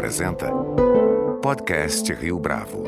apresenta Podcast Rio Bravo.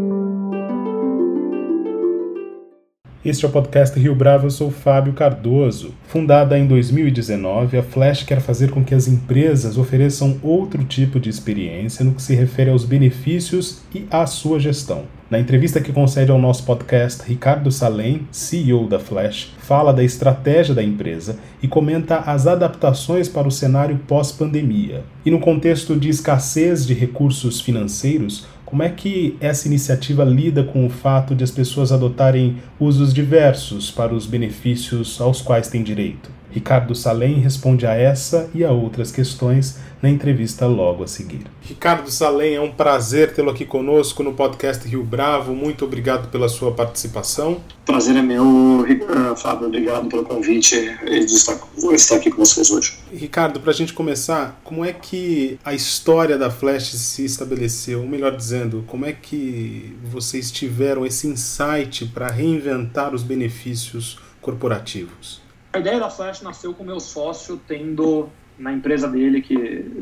Este é o Podcast Rio Bravo, eu sou Fábio Cardoso. Fundada em 2019, a Flash quer fazer com que as empresas ofereçam outro tipo de experiência no que se refere aos benefícios e à sua gestão. Na entrevista que concede ao nosso podcast, Ricardo Salem, CEO da Flash, fala da estratégia da empresa e comenta as adaptações para o cenário pós-pandemia. E no contexto de escassez de recursos financeiros, como é que essa iniciativa lida com o fato de as pessoas adotarem usos diversos para os benefícios aos quais têm direito? Ricardo Salem responde a essa e a outras questões na entrevista logo a seguir. Ricardo Salem, é um prazer tê-lo aqui conosco no podcast Rio Bravo. Muito obrigado pela sua participação. Prazer é meu, Fábio. Obrigado pelo convite e de estar aqui com vocês hoje. Ricardo, para a gente começar, como é que a história da Flash se estabeleceu? Ou melhor dizendo, como é que vocês tiveram esse insight para reinventar os benefícios corporativos? A ideia da Flash nasceu com o meu sócio tendo na empresa dele, que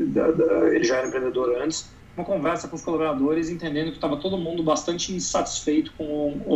ele já era empreendedor antes, uma conversa com os colaboradores, entendendo que estava todo mundo bastante insatisfeito com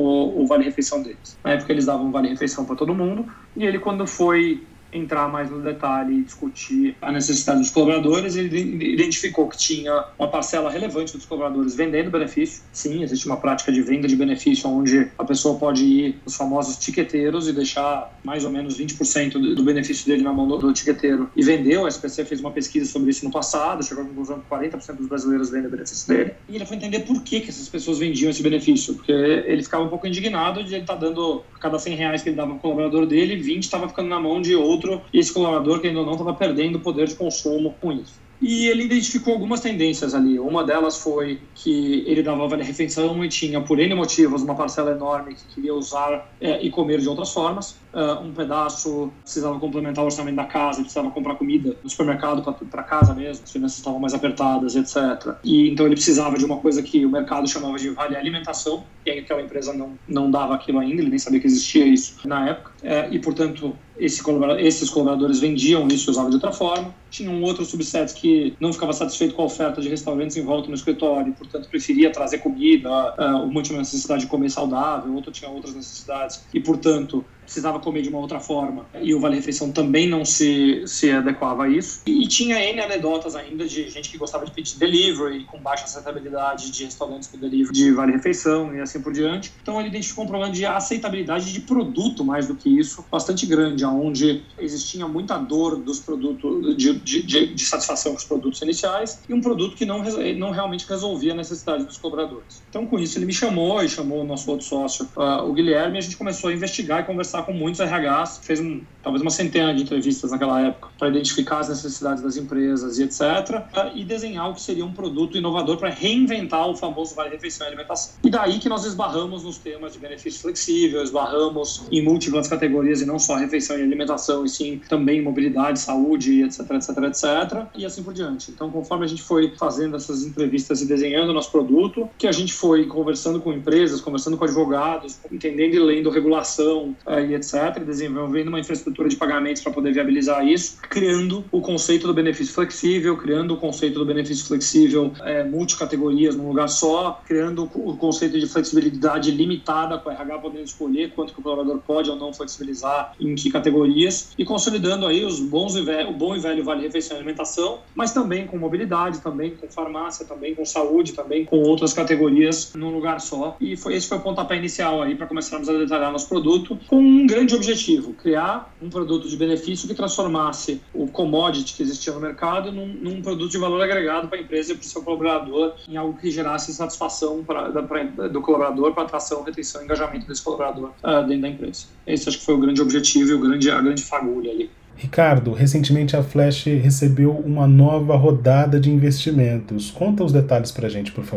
o vale-refeição deles. Na época eles davam vale-refeição para todo mundo, e ele, quando foi entrar mais no detalhe e discutir a necessidade dos colaboradores, ele identificou que tinha uma parcela relevante dos colaboradores vendendo benefício. Sim, existe uma prática de venda de benefício onde a pessoa pode ir os famosos tiqueteiros e deixar mais ou menos 20% do benefício dele na mão do tiqueteiro e vender. O SPC fez uma pesquisa sobre isso no passado, chegou à conclusão que 40% dos brasileiros vendem o benefício dele. E ele foi entender por que essas pessoas vendiam esse benefício, porque ele ficava um pouco indignado de ele estar dando, a cada R$100 que ele dava para o colaborador dele, 20 estava ficando na mão de outro, e esse colaborador, que ainda não, estava perdendo poder de consumo com isso. E ele identificou algumas tendências ali. Uma delas foi que ele dava vale-refeição e tinha, por N motivos, uma parcela enorme que queria usar e comer de outras formas. Um pedaço precisava complementar o orçamento da casa, precisava comprar comida no supermercado para casa mesmo, as finanças estavam mais apertadas, etc. E então ele precisava de uma coisa que o mercado chamava de vale-alimentação, e aquela empresa não dava aquilo ainda, ele nem sabia que existia isso na época. E, portanto, esses colaboradores vendiam isso e usavam de outra forma. Tinha um outro subset que não ficava satisfeito com a oferta de restaurantes em volta no escritório, e, portanto, preferia trazer comida, uma tinha necessidade de comer saudável, outro tinha outras necessidades, e, portanto, precisava comer de uma outra forma, e o vale-refeição também não se adequava a isso. E tinha N anedotas ainda de gente que gostava de pedir delivery, com baixa aceitabilidade de restaurantes com delivery de vale-refeição e assim por diante. Então ele identificou um problema de aceitabilidade de produto, mais do que isso, bastante grande, onde existia muita dor dos produtos, de satisfação com os produtos iniciais, e um produto que não realmente resolvia a necessidade dos colaboradores. Então, com isso, ele me chamou e chamou o nosso outro sócio, o Guilherme, e a gente começou a investigar e conversar com muitos RHs, fez talvez uma centena de entrevistas naquela época para identificar as necessidades das empresas e etc. E desenhar o que seria um produto inovador para reinventar o famoso vale-refeição e alimentação. E daí que nós esbarramos nos temas de benefício flexível, esbarramos em múltiplas categorias e não só refeição e alimentação, e sim também mobilidade, saúde, etc, etc, etc, e assim por diante. Então, conforme a gente foi fazendo essas entrevistas e desenhando o nosso produto, que a gente foi conversando com empresas, conversando com advogados, entendendo e lendo regulação, e etc., desenvolvendo uma infraestrutura de pagamentos para poder viabilizar isso, criando o conceito do benefício flexível, criando o conceito do benefício flexível multicategorias num lugar só, criando o conceito de flexibilidade limitada, com o RH podendo escolher quanto que o colaborador pode ou não flexibilizar, em que categorias, e consolidando aí o bom e velho vale-refeição e alimentação, mas também com mobilidade, também com farmácia, também com saúde, também com outras categorias num lugar só. E esse foi o pontapé inicial aí para começarmos a detalhar nosso produto, com um grande objetivo: criar um produto de benefício que transformasse o commodity que existia no mercado num produto de valor agregado para a empresa e para o seu colaborador, em algo que gerasse satisfação do colaborador, para atração, retenção e engajamento desse colaborador dentro da empresa. Esse acho que foi o grande objetivo e a grande fagulha ali. Ricardo, recentemente a Flash recebeu uma nova rodada de investimentos. Conta os detalhes para a gente, por favor.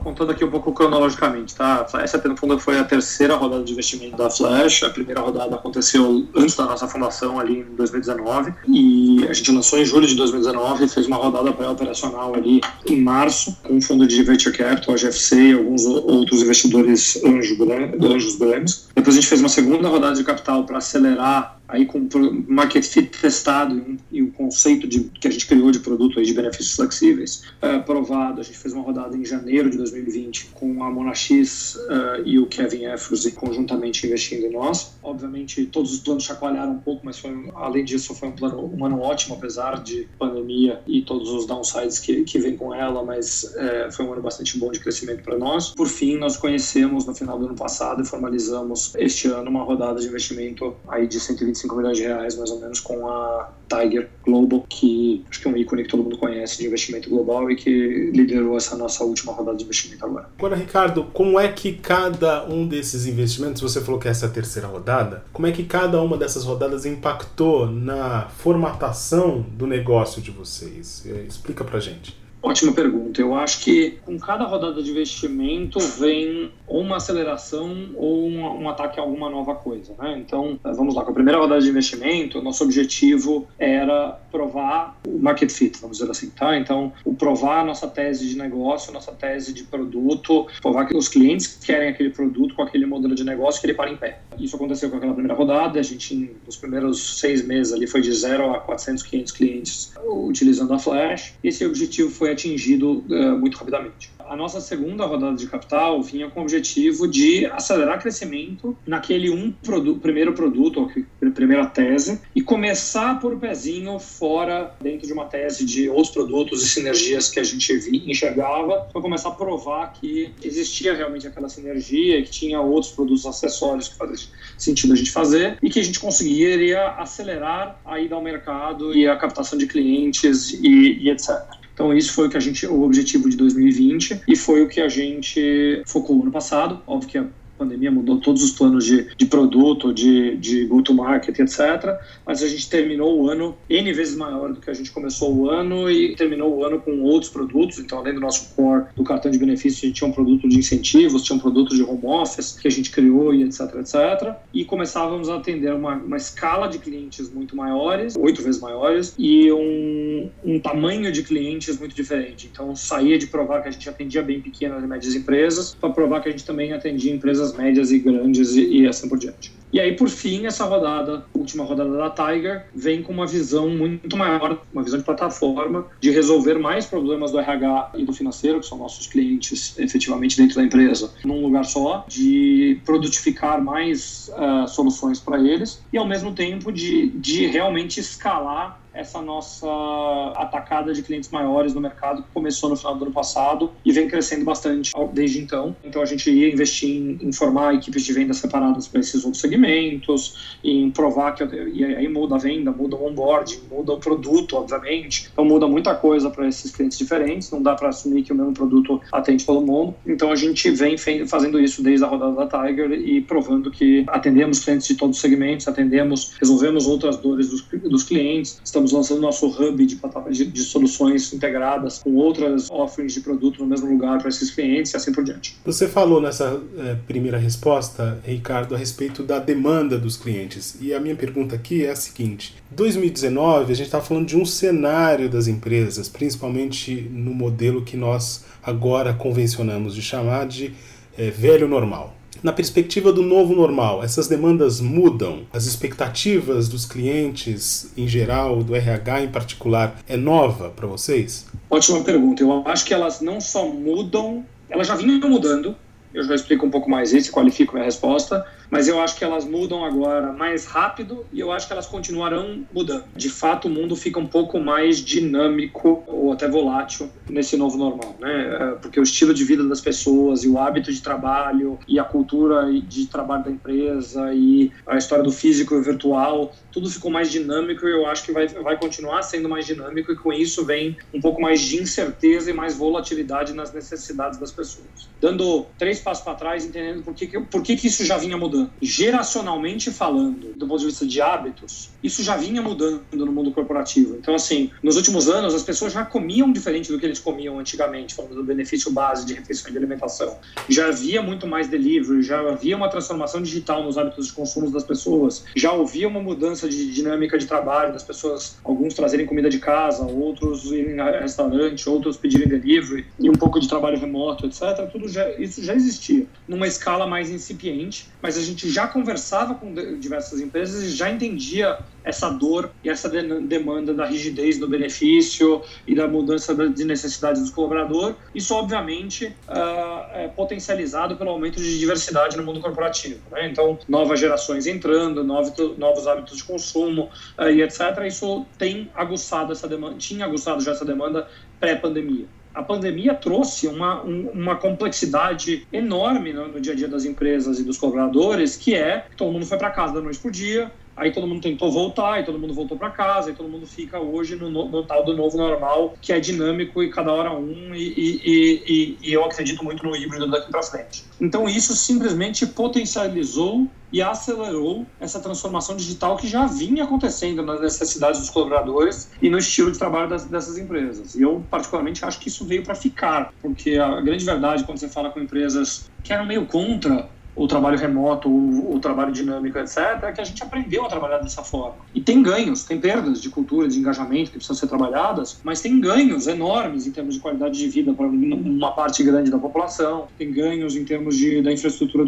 Contando aqui um pouco cronologicamente, tá? A S&P no fundo foi a terceira rodada de investimento da Flash. A primeira rodada aconteceu antes da nossa fundação, ali em 2019, e a gente lançou em julho de 2019 e fez uma rodada pré-operacional ali em março, com um fundo de Venture Capital, a GFC e alguns outros investidores anjos grandes. Depois a gente fez uma segunda rodada de capital para acelerar, aí com o market fit testado e o conceito que a gente criou de produto aí de benefícios flexíveis provado. A gente fez uma rodada em janeiro de 2020 com a Monax e o Kevin Efrusy conjuntamente investindo em nós. Obviamente todos os planos chacoalharam um pouco, mas além disso foi um ano ótimo, apesar de pandemia e todos os downsides que vem com ela, mas foi um ano bastante bom de crescimento para nós. Por fim, nós conhecemos no final do ano passado e formalizamos este ano uma rodada de investimento aí de 125 milhões de reais, mais ou menos, com a Tiger Global, que acho que é um ícone que todo mundo conhece de investimento global e que liderou essa nossa última rodada de investimento agora. Agora, Ricardo, como é que cada um desses investimentos, você falou que essa é a terceira rodada, como é que cada uma dessas rodadas impactou na formatação do negócio de vocês? Explica pra gente. Ótima pergunta. Eu acho que com cada rodada de investimento vem ou uma aceleração ou um ataque a alguma nova coisa, né? Então, vamos lá. Com a primeira rodada de investimento, nosso objetivo era provar o market fit, vamos dizer assim, tá? Então, provar a nossa tese de negócio, nossa tese de produto, provar que os clientes querem aquele produto com aquele modelo de negócio, que ele para em pé. Isso aconteceu com aquela primeira rodada. A gente, nos primeiros 6 meses ali, foi de 0 a 400, 500 clientes utilizando a Flash. Esse objetivo foi atingido muito rapidamente. A nossa segunda rodada de capital vinha com o objetivo de acelerar crescimento naquele primeiro produto, ou primeira tese, e começar por pezinho fora, dentro de uma tese de outros produtos e sinergias que a gente enxergava, para começar a provar que existia realmente aquela sinergia, que tinha outros produtos acessórios que faziam sentido a gente fazer, e que a gente conseguiria acelerar a ida ao mercado e a captação de clientes e etc. Então, isso foi o objetivo de 2020 e foi o que a gente focou ano passado. Óbvio que a pandemia mudou todos os planos de produto, de go-to-market, etc. Mas a gente terminou o ano N vezes maior do que a gente começou o ano e terminou o ano com outros produtos. Então, além do nosso core do cartão de benefícios, a gente tinha um produto de incentivos, tinha um produto de home office que a gente criou e etc, etc. E começávamos a atender uma escala de clientes muito maiores, 8 vezes maiores, e um tamanho de clientes muito diferente. Então, saía de provar que a gente atendia bem pequenas e médias empresas para provar que a gente também atendia empresas médias e grandes e assim por diante. E aí, por fim, essa última rodada da Tiger, vem com uma visão muito maior, uma visão de plataforma, de resolver mais problemas do RH e do financeiro, que são nossos clientes efetivamente dentro da empresa, num lugar só, de produtificar mais soluções para eles e, ao mesmo tempo, de realmente escalar essa nossa atacada de clientes maiores no mercado, que começou no final do ano passado e vem crescendo bastante desde então. Então, a gente ia investir em formar equipes de vendas separadas para esses outros segmentos, em provar e aí muda a venda, muda o onboarding, muda o produto, obviamente. Então, muda muita coisa para esses clientes diferentes. Não dá para assumir que o mesmo produto atende todo mundo. Então, a gente vem fazendo isso desde a rodada da Tiger e provando que atendemos clientes de todos os segmentos, resolvemos outras dores dos clientes, estamos lançando nosso hub de soluções integradas com outras offerings de produto no mesmo lugar para esses clientes e assim por diante. Você falou nessa primeira resposta, Ricardo, a respeito da demanda dos clientes. E a minha pergunta aqui é a seguinte: 2019, a gente está falando de um cenário das empresas, principalmente no modelo que nós agora convencionamos de chamar de velho normal. Na perspectiva do novo normal, essas demandas mudam? As expectativas dos clientes em geral, do RH em particular, é nova para vocês? Ótima pergunta. Eu acho que elas não só mudam, elas já vinham mudando. Eu já explico um pouco mais isso e qualifico minha resposta, mas eu acho que elas mudam agora mais rápido e eu acho que elas continuarão mudando. De fato, o mundo fica um pouco mais dinâmico ou até volátil nesse novo normal, né? Porque o estilo de vida das pessoas e o hábito de trabalho e a cultura de trabalho da empresa e a história do físico e virtual, tudo ficou mais dinâmico e eu acho que vai continuar sendo mais dinâmico e com isso vem um pouco mais de incerteza e mais volatilidade nas necessidades das pessoas. Dando 3 passos para trás, entendendo por que isso já vinha mudando. mudando. Geracionalmente falando, do ponto de vista de hábitos, isso já vinha mudando no mundo corporativo. Então, assim, nos últimos anos, as pessoas já comiam diferente do que eles comiam antigamente, falando do benefício base de refeição e de alimentação. Já havia muito mais delivery, já havia uma transformação digital nos hábitos de consumo das pessoas, já havia uma mudança de dinâmica de trabalho das pessoas, alguns trazerem comida de casa, outros irem a restaurante, outros pedirem delivery, e um pouco de trabalho remoto, etc. Isso já existia, numa escala mais incipiente, mas a gente já conversava com diversas empresas e já entendia essa dor e essa demanda da rigidez no benefício e da mudança de necessidades do colaborador. Isso, obviamente, é potencializado pelo aumento de diversidade no mundo corporativo, né? Então, novas gerações entrando, novos hábitos de consumo e etc. Isso tem aguçado essa demanda, tinha aguçado já essa demanda pré-pandemia. A pandemia trouxe uma complexidade enorme no dia a dia das empresas e dos colaboradores, que todo mundo foi para casa da noite por dia, aí todo mundo tentou voltar, aí todo mundo voltou para casa, aí todo mundo fica hoje no tal do novo normal, que é dinâmico e cada hora e eu acredito muito no híbrido daqui para frente. Então isso simplesmente potencializou e acelerou essa transformação digital que já vinha acontecendo nas necessidades dos colaboradores e no estilo de trabalho dessas empresas. E eu, particularmente, acho que isso veio para ficar, porque a grande verdade, quando você fala com empresas que eram meio contra o trabalho remoto, o trabalho dinâmico, etc., é que a gente aprendeu a trabalhar dessa forma. E tem ganhos, tem perdas de cultura, de engajamento que precisam ser trabalhadas, mas tem ganhos enormes em termos de qualidade de vida para uma parte grande da população, tem ganhos em termos da infraestrutura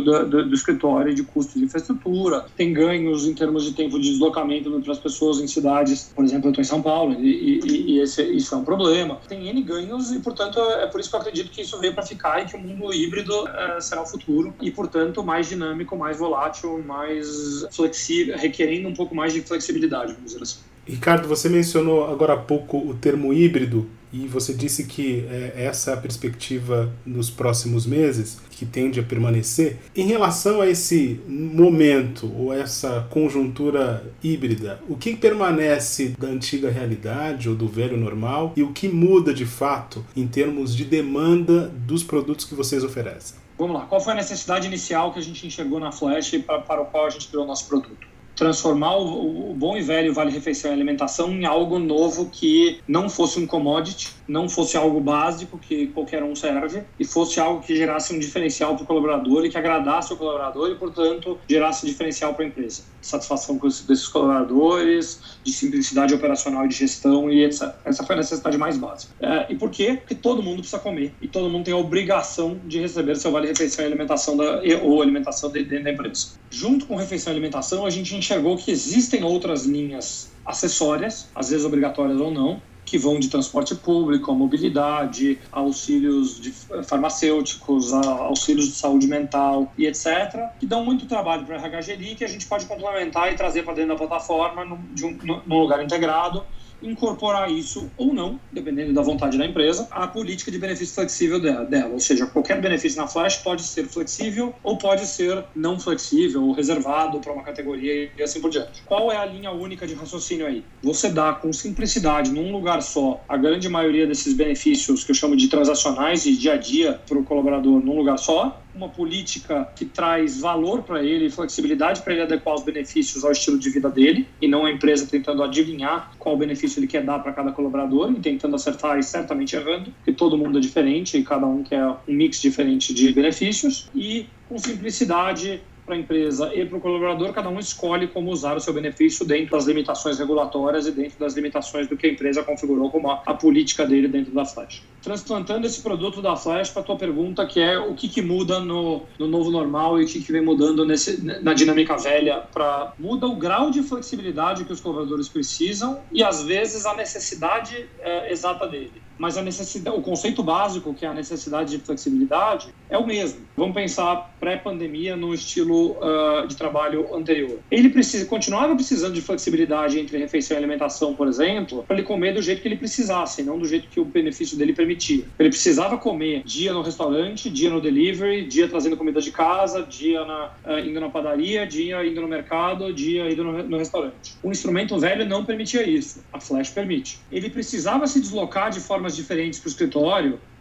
do escritório e de custos de infraestrutura, tem ganhos em termos de tempo de deslocamento para as pessoas em cidades, por exemplo, eu estou em São Paulo, e isso é um problema. Tem N ganhos e, portanto, é por isso que eu acredito que isso veio para ficar e que o mundo híbrido será o futuro e, portanto, mais dinâmico, mais volátil, mais flexível, requerendo um pouco mais de flexibilidade, vamos dizer assim. Ricardo, você mencionou agora há pouco o termo híbrido e você disse que essa é a perspectiva nos próximos meses, que tende a permanecer. Em relação a esse momento ou essa conjuntura híbrida, o que permanece da antiga realidade ou do velho normal e o que muda de fato em termos de demanda dos produtos que vocês oferecem? Vamos lá, qual foi a necessidade inicial que a gente enxergou na Flash para o qual a gente criou o nosso produto? Transformar o bom e velho Vale Refeição e Alimentação em algo novo que não fosse um commodity, não fosse algo básico que qualquer um serve e fosse algo que gerasse um diferencial para o colaborador e que agradasse o colaborador e, portanto, gerasse diferencial para a empresa. Satisfação desses colaboradores, de simplicidade operacional e de gestão e etc. Essa foi a necessidade mais básica. E por quê? Porque todo mundo precisa comer e todo mundo tem a obrigação de receber seu Vale Refeição e Alimentação ou alimentação dentro da empresa. Junto com Refeição e Alimentação, a gente enxergou que existem outras linhas acessórias, às vezes obrigatórias ou não, que vão de transporte público, a mobilidade, a auxílios farmacêuticos, a auxílios de saúde mental e etc., que dão muito trabalho para a RH gerir, que a gente pode complementar e trazer para dentro da plataforma num lugar integrado, incorporar isso ou não, dependendo da vontade da empresa, a política de benefício flexível dela. Ou seja, qualquer benefício na Flash pode ser flexível ou pode ser não flexível ou reservado para uma categoria e assim por diante. Qual é a linha única de raciocínio aí? Você dá com simplicidade, num lugar só, a grande maioria desses benefícios que eu chamo de transacionais e dia a dia para o colaborador num lugar só, uma política que traz valor para ele, flexibilidade para ele adequar os benefícios ao estilo de vida dele e não a empresa tentando adivinhar qual benefício ele quer dar para cada colaborador e tentando acertar e certamente errando, porque todo mundo é diferente e cada um quer um mix diferente de benefícios e com simplicidade para a empresa e para o colaborador, cada um escolhe como usar o seu benefício dentro das limitações regulatórias e dentro das limitações do que a empresa configurou como a política dele dentro da Flash. Transplantando esse produto da Flash para a tua pergunta, que é o que muda no novo normal e o que vem mudando na dinâmica velha. Muda o grau de flexibilidade que os colaboradores precisam e, às vezes, a necessidade exata dele. Mas o conceito básico, que é a necessidade de flexibilidade, é o mesmo. Vamos pensar pré-pandemia no estilo de trabalho anterior. Ele continuava precisando de flexibilidade entre refeição e alimentação, por exemplo, para ele comer do jeito que ele precisasse, não do jeito que o benefício dele permitia. Ele precisava comer dia no restaurante, dia no delivery, dia trazendo comida de casa, dia indo na padaria, dia indo no mercado, dia indo no restaurante. O instrumento velho não permitia isso. A Flash permite. Ele precisava se deslocar de formas diferentes para o escritório,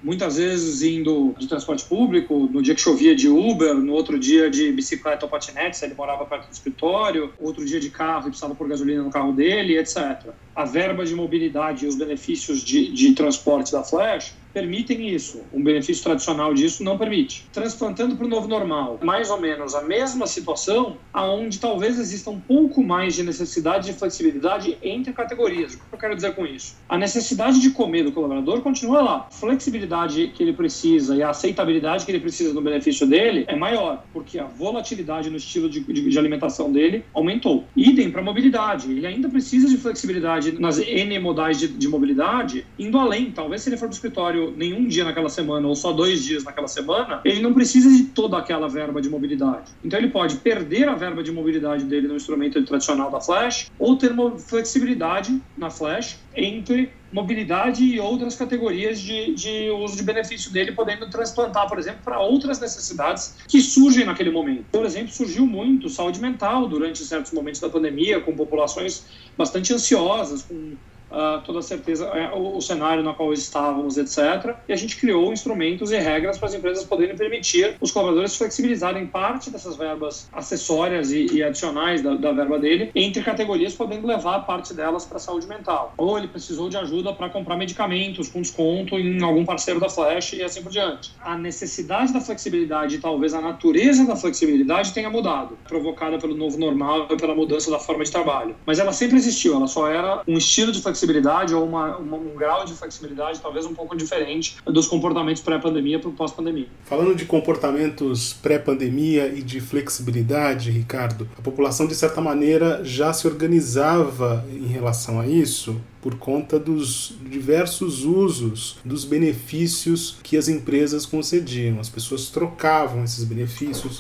muitas vezes indo de transporte público, no dia que chovia de Uber, no outro dia de bicicleta ou patinete, se ele morava perto do escritório, outro dia de carro e precisava pôr gasolina no carro dele, etc. A verba de mobilidade e os benefícios de transporte da Flash permitem isso. Um benefício tradicional disso não permite. Transplantando para o novo normal, mais ou menos a mesma situação, aonde talvez exista um pouco mais de necessidade de flexibilidade entre categorias. O que eu quero dizer com isso? A necessidade de comer do colaborador continua lá. A flexibilidade que ele precisa e a aceitabilidade que ele precisa no benefício dele é maior, porque a volatilidade no estilo de alimentação dele aumentou. Idem para a mobilidade. Ele ainda precisa de flexibilidade nas N modais de mobilidade, indo além. Talvez se ele for para o escritório nenhum dia naquela semana ou só 2 dias naquela semana, ele não precisa de toda aquela verba de mobilidade. Então ele pode perder a verba de mobilidade dele no instrumento tradicional da Flash ou ter uma flexibilidade na Flash entre mobilidade e outras categorias de uso de benefício dele, podendo transplantar, por exemplo, para outras necessidades que surgem naquele momento. Por exemplo, surgiu muito saúde mental durante certos momentos da pandemia, com populações bastante ansiosas, com toda certeza o cenário no qual estávamos, etc. E a gente criou instrumentos e regras para as empresas poderem permitir os colaboradores flexibilizarem parte dessas verbas acessórias e adicionais da verba dele entre categorias, podendo levar parte delas para a saúde mental. Ou ele precisou de ajuda para comprar medicamentos com desconto em algum parceiro da Flash e assim por diante. A necessidade da flexibilidade e talvez a natureza da flexibilidade tenha mudado, provocada pelo novo normal e pela mudança da forma de trabalho. Mas ela sempre existiu, ela só era um estilo de flexibilidade ou um grau de flexibilidade talvez um pouco diferente dos comportamentos pré-pandemia para o pós-pandemia. Falando de comportamentos pré-pandemia e de flexibilidade, Ricardo, a população de certa maneira já se organizava em relação a isso por conta dos diversos usos dos benefícios que as empresas concediam. As pessoas trocavam esses benefícios,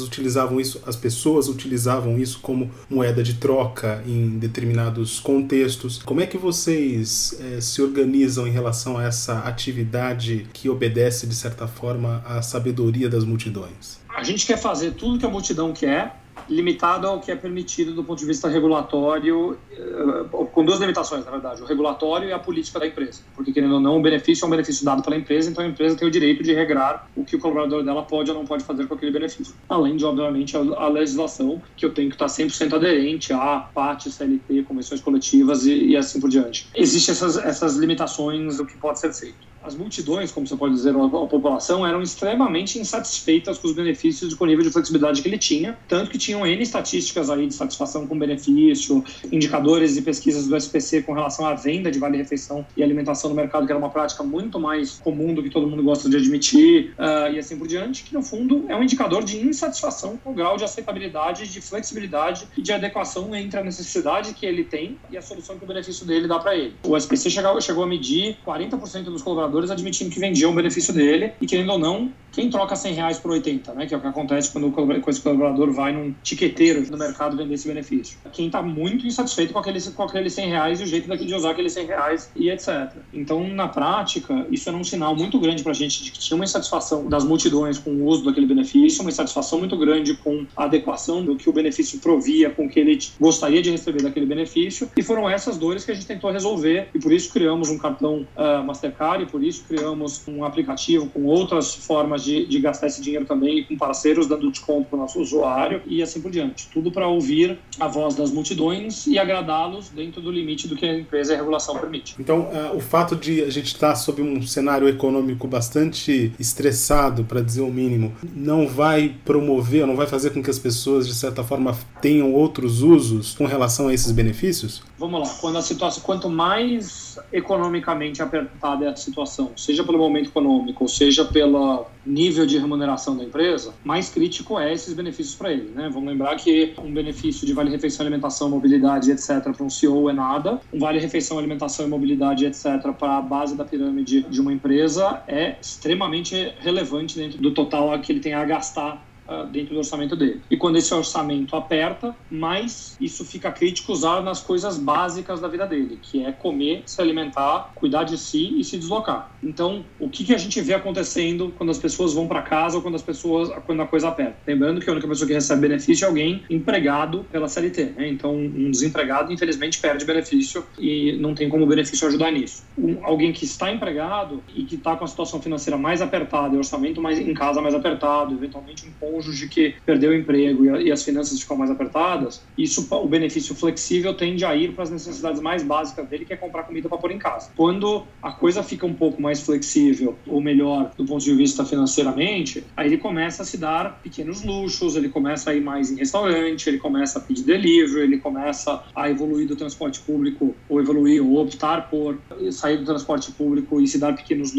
as pessoas utilizavam isso como moeda de troca em determinados contextos. Como é que vocês se organizam em relação a essa atividade que obedece, de certa forma, à sabedoria das multidões? A gente quer fazer tudo que a multidão quer, limitado ao que é permitido do ponto de vista regulatório, com 2 limitações, na verdade, o regulatório e a política da empresa, porque, querendo ou não, o benefício é um benefício dado pela empresa, então a empresa tem o direito de regrar o que o colaborador dela pode ou não pode fazer com aquele benefício, além de, obviamente, a legislação, que eu tenho que estar 100% aderente a PAT, CLT, convenções coletivas e assim por diante. Existem essas limitações do que pode ser feito. As multidões, como você pode dizer, a população, eram extremamente insatisfeitas com os benefícios e com o nível de flexibilidade que ele tinha, tanto que tinham N estatísticas aí de satisfação com benefício, indicadores e pesquisas do SPC com relação à venda de vale-refeição e alimentação no mercado, que era uma prática muito mais comum do que todo mundo gosta de admitir, e assim por diante, que no fundo é um indicador de insatisfação com o grau de aceitabilidade, de flexibilidade e de adequação entre a necessidade que ele tem e a solução que o benefício dele dá para ele. O SPC chegou a medir 40% dos colaboradores admitindo que vendiam o benefício dele e, querendo ou não, quem troca R$100 por 80, né? Que é o que acontece quando esse colaborador vai num tiqueteiro no mercado vender esse benefício. Quem está muito insatisfeito com aqueles R$100 e o jeito de usar aqueles R$100 e etc. Então, na prática, isso era um sinal muito grande para a gente de que tinha uma insatisfação das multidões com o uso daquele benefício, uma insatisfação muito grande com a adequação do que o benefício provia com o que ele gostaria de receber daquele benefício, e foram essas dores que a gente tentou resolver, e por isso criamos um cartão Mastercard, e por isso criamos um aplicativo com outras formas de gastar esse dinheiro também, com parceiros dando desconto para o nosso usuário e assim por diante. Tudo para ouvir a voz das multidões e agradá-los dentro do limite do que a empresa e a regulação permite. Então, o fato de a gente estar sob um cenário econômico bastante estressado, para dizer o mínimo, não vai promover, não vai fazer com que as pessoas, de certa forma, tenham outros usos com relação a esses benefícios? Vamos lá. Quanto mais economicamente apertada é a situação, seja pelo momento econômico, ou seja pelo nível de remuneração da empresa, mais crítico é esses benefícios para ele, né? Vamos lembrar que um benefício de vale-refeição, alimentação, mobilidade, etc. para um CEO é nada. Um vale-refeição, alimentação e mobilidade, etc. para a base da pirâmide de uma empresa é extremamente relevante dentro do total que ele tem a gastar dentro do orçamento dele. E quando esse orçamento aperta, mais isso fica crítico usar nas coisas básicas da vida dele, que é comer, se alimentar, cuidar de si e se deslocar. Então, o que a gente vê acontecendo quando as pessoas vão para casa ou quando a coisa aperta? Lembrando que a única pessoa que recebe benefício é alguém empregado pela CLT, né? Então, um desempregado, infelizmente, perde benefício e não tem como o benefício ajudar nisso. Alguém que está empregado e que está com a situação financeira mais apertada, e orçamento em casa mais apertado, eventualmente um cônjuge que perdeu o emprego e as finanças ficam mais apertadas, o benefício flexível tende a ir para as necessidades mais básicas dele, que é comprar comida para pôr em casa. Quando a coisa fica um pouco mais flexível, ou melhor, do ponto de vista financeiramente, aí ele começa a se dar pequenos luxos, ele começa a ir mais em restaurante, ele começa a pedir delivery, ele começa a evoluir do transporte público, ou optar por sair do transporte público e se dar pequenos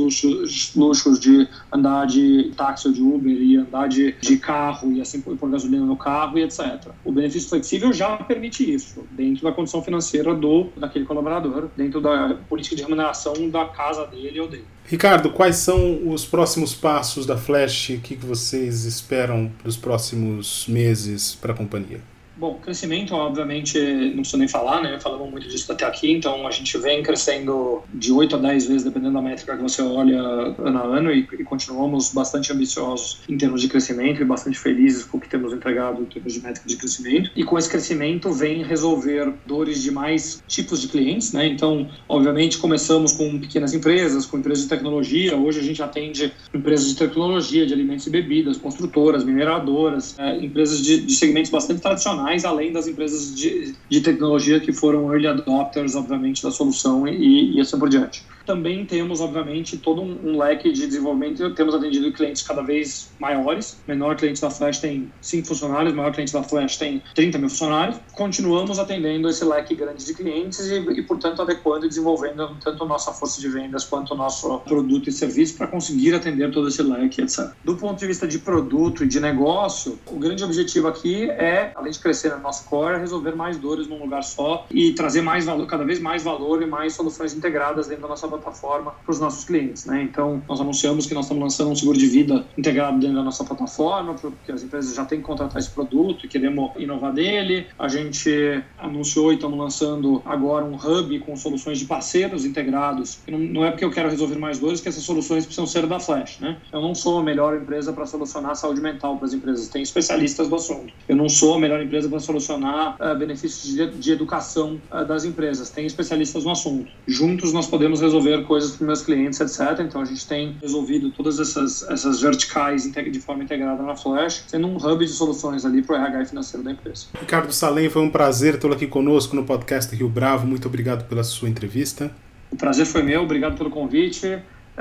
luxos de andar de táxi ou de Uber e andar de carro e assim pôr gasolina no carro e etc. O benefício flexível já permite isso, dentro da condição financeira daquele colaborador, dentro da política de remuneração da casa dele ou dele. Ricardo, quais são os próximos passos da Flash? O que vocês esperam para os próximos meses para a companhia? Bom, crescimento, obviamente, não preciso nem falar, né? Falamos muito disso até aqui, então a gente vem crescendo de 8 a 10 vezes, dependendo da métrica que você olha ano a ano, e continuamos bastante ambiciosos em termos de crescimento e bastante felizes com o que temos entregado em termos de métrica de crescimento. E com esse crescimento vem resolver dores de mais tipos de clientes, né? Então, obviamente, começamos com pequenas empresas, com empresas de tecnologia. Hoje a gente atende empresas de tecnologia, de alimentos e bebidas, construtoras, mineradoras, empresas de segmentos bastante tradicionais, além das empresas de tecnologia que foram early adopters, obviamente, da solução e assim por diante. Também temos, obviamente, todo um leque de desenvolvimento. Temos atendido clientes cada vez maiores. O menor cliente da Flash tem 5 funcionários, o maior cliente da Flash tem 30 mil funcionários. Continuamos atendendo esse leque grande de clientes e portanto, adequando e desenvolvendo tanto a nossa força de vendas quanto o nosso produto e serviço para conseguir atender todo esse leque, etc. Do ponto de vista de produto e de negócio, o grande objetivo aqui é, além de crescer no nosso core, resolver mais dores num lugar só e trazer mais valor, cada vez mais valor e mais soluções integradas dentro da nossa plataforma para os nossos clientes, né? Então, nós anunciamos que nós estamos lançando um seguro de vida integrado dentro da nossa plataforma, porque as empresas já têm que contratar esse produto e queremos inovar dele. A gente anunciou e estamos lançando agora um hub com soluções de parceiros integrados. Não é porque eu quero resolver mais dores que essas soluções precisam ser da Flash, né? Eu não sou a melhor empresa para solucionar a saúde mental para as empresas, tem especialistas do assunto. Eu não sou a melhor empresa para solucionar benefícios de educação das empresas, tem especialistas no assunto. Juntos nós podemos resolver coisas para os meus clientes, etc. Então a gente tem resolvido todas essas verticais de forma integrada na Flash, sendo um hub de soluções ali para o RH financeiro da empresa. Ricardo Salem, foi um prazer tê-lo aqui conosco no podcast Rio Bravo. Muito obrigado pela sua entrevista. O prazer foi meu, obrigado pelo convite.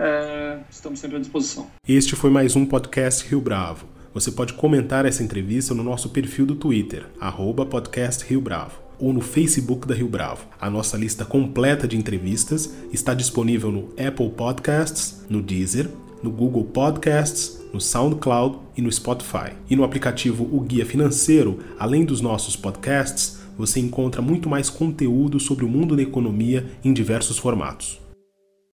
Estamos sempre à disposição. Este foi mais um podcast Rio Bravo. Você pode comentar essa entrevista no nosso perfil do Twitter, @podcastRioBravo, ou no Facebook da Rio Bravo. A nossa lista completa de entrevistas está disponível no Apple Podcasts, no Deezer, no Google Podcasts, no SoundCloud e no Spotify. E no aplicativo O Guia Financeiro, além dos nossos podcasts, você encontra muito mais conteúdo sobre o mundo da economia em diversos formatos.